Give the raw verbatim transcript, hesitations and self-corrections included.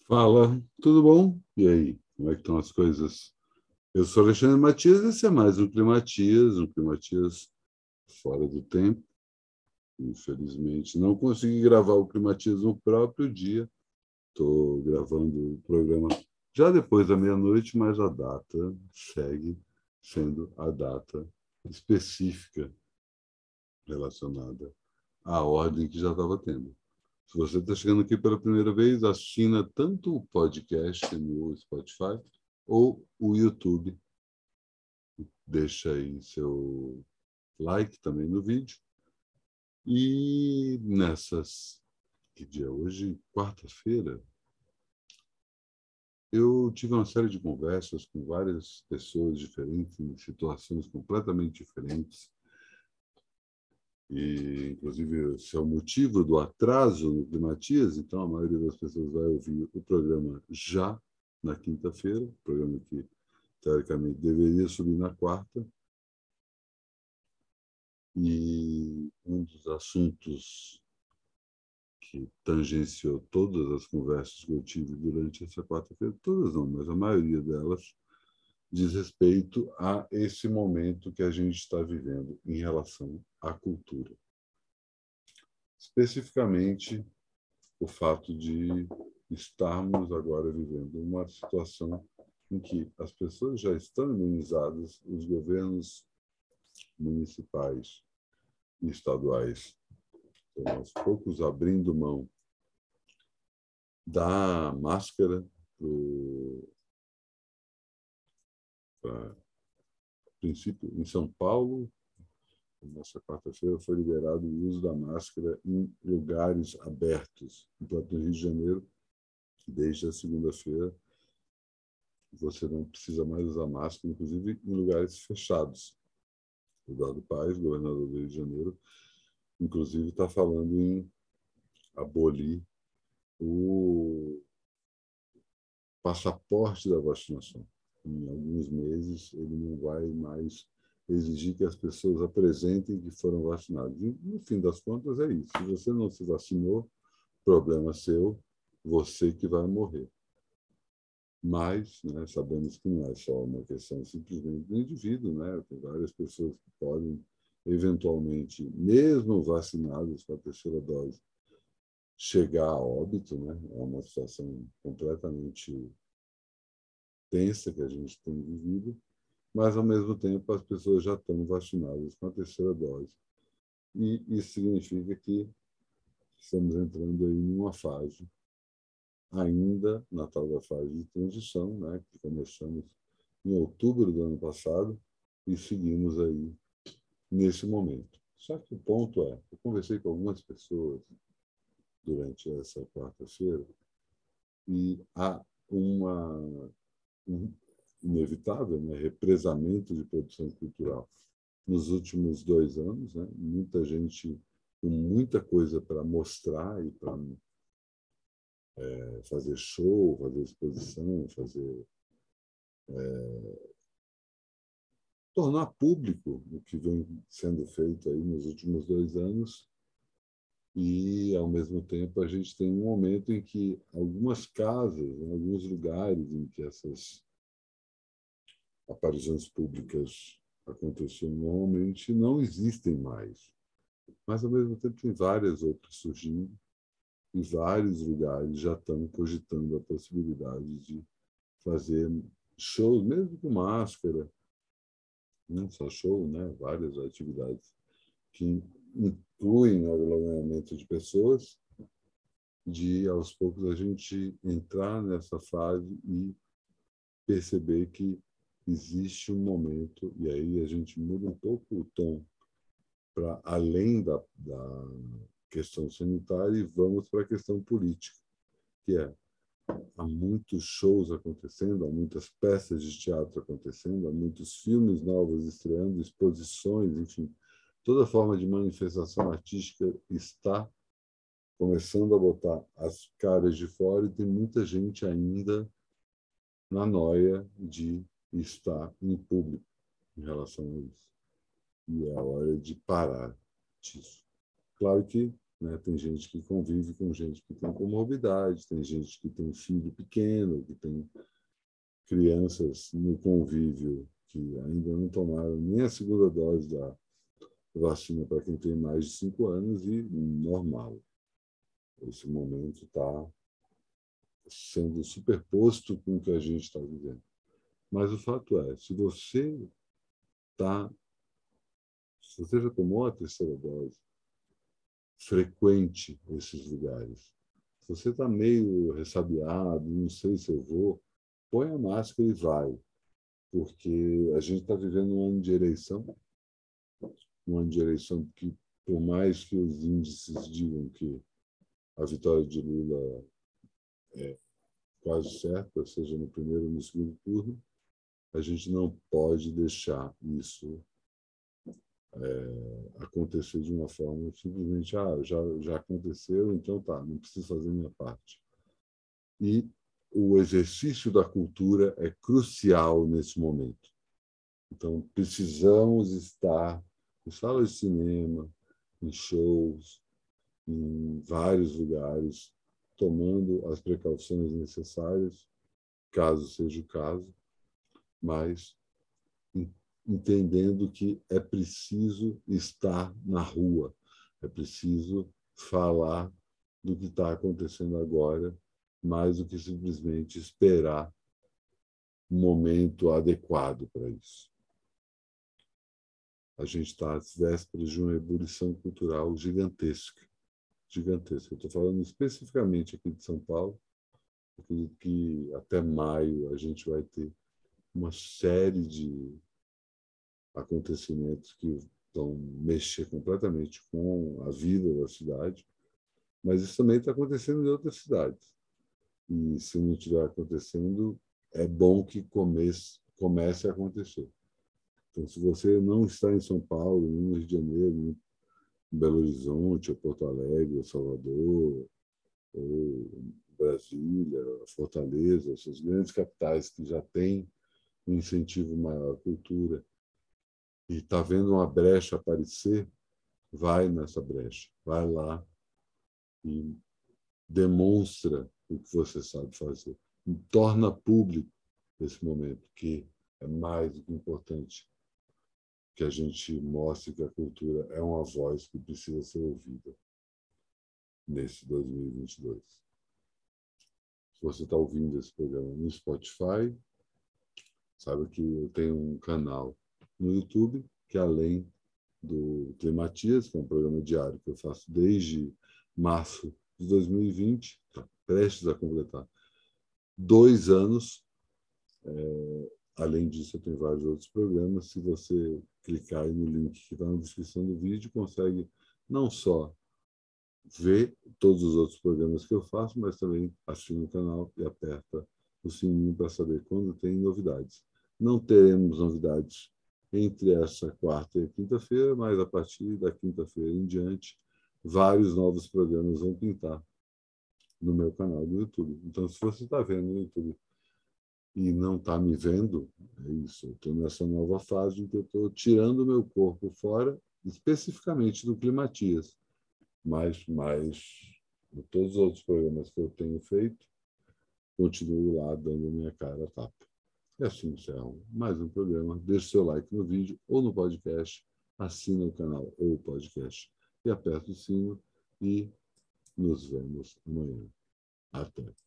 Fala, tudo bom? E aí, como é que estão as coisas? Eu sou Alexandre Matias, esse é mais um Climatias, um Climatias fora do tempo. Infelizmente, não consegui gravar o Climatias no próprio dia. Estou gravando o programa já depois da meia-noite, mas a data segue sendo a data específica relacionada à ordem que já estava tendo. Se você está chegando aqui pela primeira vez, assina tanto o podcast no Spotify ou o YouTube. Deixa aí seu like também no vídeo. E nessas, que dia é hoje? Quarta-feira, eu tive uma série de conversas com várias pessoas diferentes, em situações completamente diferentes. E, inclusive, esse é o motivo do atraso no Climatias. Então, a maioria das pessoas vai ouvir o programa já na quinta-feira, programa que, teoricamente, deveria subir na quarta. E um dos assuntos que tangenciou todas as conversas que eu tive durante essa quarta-feira, todas não, mas a maioria delas, diz respeito a esse momento que a gente está vivendo em relação à cultura. Especificamente, o fato de estarmos agora vivendo uma situação em que as pessoas já estão imunizadas, os governos municipais e estaduais estão aos poucos abrindo mão da máscara para princípio em São Paulo. Nessa quarta-feira foi liberado o uso da máscara em lugares abertos. Enquanto no Rio de Janeiro, desde a segunda-feira, você não precisa mais usar máscara, inclusive em lugares fechados. O Eduardo Paes, governador do Rio de Janeiro, inclusive está falando em abolir o passaporte da vacinação. Em alguns meses, ele não vai mais exigir que as pessoas apresentem que foram vacinadas. E, no fim das contas, é isso. Se você não se vacinou, problema seu, você que vai morrer. Mas, né, sabemos que não é só uma questão simplesmente do indivíduo, né? Tem várias pessoas que podem, eventualmente, mesmo vacinadas com a terceira dose, chegar a óbito, né? É uma situação completamente tensa que a gente tem vivido, mas, ao mesmo tempo, as pessoas já estão vacinadas com a terceira dose. E isso significa que estamos entrando aí numa fase, ainda na tal da fase de transição, né, que começamos em outubro do ano passado e seguimos aí nesse momento. Só que o ponto é, eu conversei com algumas pessoas durante essa quarta-feira e há uma, um inevitável, né, represamento de produção cultural nos últimos dois anos, né? Muita gente com muita coisa para mostrar e para é, fazer show, fazer exposição, fazer é, tornar público o que vem sendo feito aí nos últimos dois anos. E, ao mesmo tempo, a gente tem um momento em que algumas casas, em alguns lugares em que essas aparições públicas aconteciam normalmente, não existem mais. Mas, ao mesmo tempo, tem várias outras surgindo e vários lugares já estão cogitando a possibilidade de fazer shows, mesmo com máscara, não só show, né? Várias atividades que incluem o aglomeramento de pessoas, de, aos poucos, a gente entrar nessa fase e perceber que existe um momento, e aí a gente muda um pouco o tom para além da, da questão sanitária e vamos para a questão política, que é há muitos shows acontecendo, há muitas peças de teatro acontecendo, há muitos filmes novos estreando, exposições, enfim, toda forma de manifestação artística está começando a botar as caras de fora e tem muita gente ainda na noia de estar em público em relação a isso. E é a hora de parar disso. Claro que né? Tem gente que convive com gente que tem comorbidade, tem gente que tem filho pequeno, que tem crianças no convívio que ainda não tomaram nem a segunda dose da vacina para quem tem mais de cinco anos e normal. Esse momento está sendo superposto com o que a gente está vivendo. Mas o fato é, se você tá, se você já tomou a terceira dose, frequente esses lugares. Se você está meio ressabiado, não sei se eu vou, põe a máscara e vai, porque a gente está vivendo um ano de eleição, um ano de eleição que, por mais que os índices digam que a vitória de Lula é quase certa, seja no primeiro ou no segundo turno, a gente não pode deixar isso é, acontecer de uma forma simplesmente, ah, já, já aconteceu, então tá, não preciso fazer minha parte. E o exercício da cultura é crucial nesse momento. Então, precisamos estar em salas de cinema, em shows, em vários lugares, tomando as precauções necessárias, caso seja o caso, mas entendendo que é preciso estar na rua, é preciso falar do que está acontecendo agora, mais do que simplesmente esperar um momento adequado para isso. A gente está às vésperas de uma ebulição cultural gigantesca. Gigantesca. Eu estou falando especificamente aqui de São Paulo. Eu acredito que até maio a gente vai ter uma série de acontecimentos que vão mexer completamente com a vida da cidade, mas isso também está acontecendo em outras cidades. E se não estiver acontecendo, é bom que comece, comece a acontecer. Então, se você não está em São Paulo, no Rio de Janeiro, em Belo Horizonte, ou Porto Alegre, ou Salvador, ou Brasília, Fortaleza, essas grandes capitais que já têm um incentivo maior à cultura, e está vendo uma brecha aparecer, vai nessa brecha, vai lá e demonstra o que você sabe fazer. E torna público esse momento, que é mais do que importante que a gente mostre que a cultura é uma voz que precisa ser ouvida nesse dois mil e vinte e dois. Se você está ouvindo esse programa no Spotify, sabe que eu tenho um canal no YouTube, que além do Climatias, que é um programa diário que eu faço desde março de dois mil e vinte, tá prestes a completar dois anos. É, além disso, eu tenho vários outros programas. Se você clicar aí no link que está na descrição do vídeo, consegue não só ver todos os outros programas que eu faço, mas também assina o canal e aperta o sininho para saber quando tem novidades. Não teremos novidades entre essa quarta e a quinta-feira, mas a partir da quinta-feira em diante, vários novos programas vão pintar no meu canal do YouTube. Então, se você está vendo no YouTube e não está me vendo, é isso. Eu estou nessa nova fase em que eu estou tirando o meu corpo fora, especificamente do Climatias. Mas, mas todos os outros programas que eu tenho feito, continuo lá dando minha cara a tapa. E assim encerro mais um programa. Deixe seu like no vídeo ou no podcast, assina o canal ou o podcast e aperta o sino e nos vemos amanhã. Até.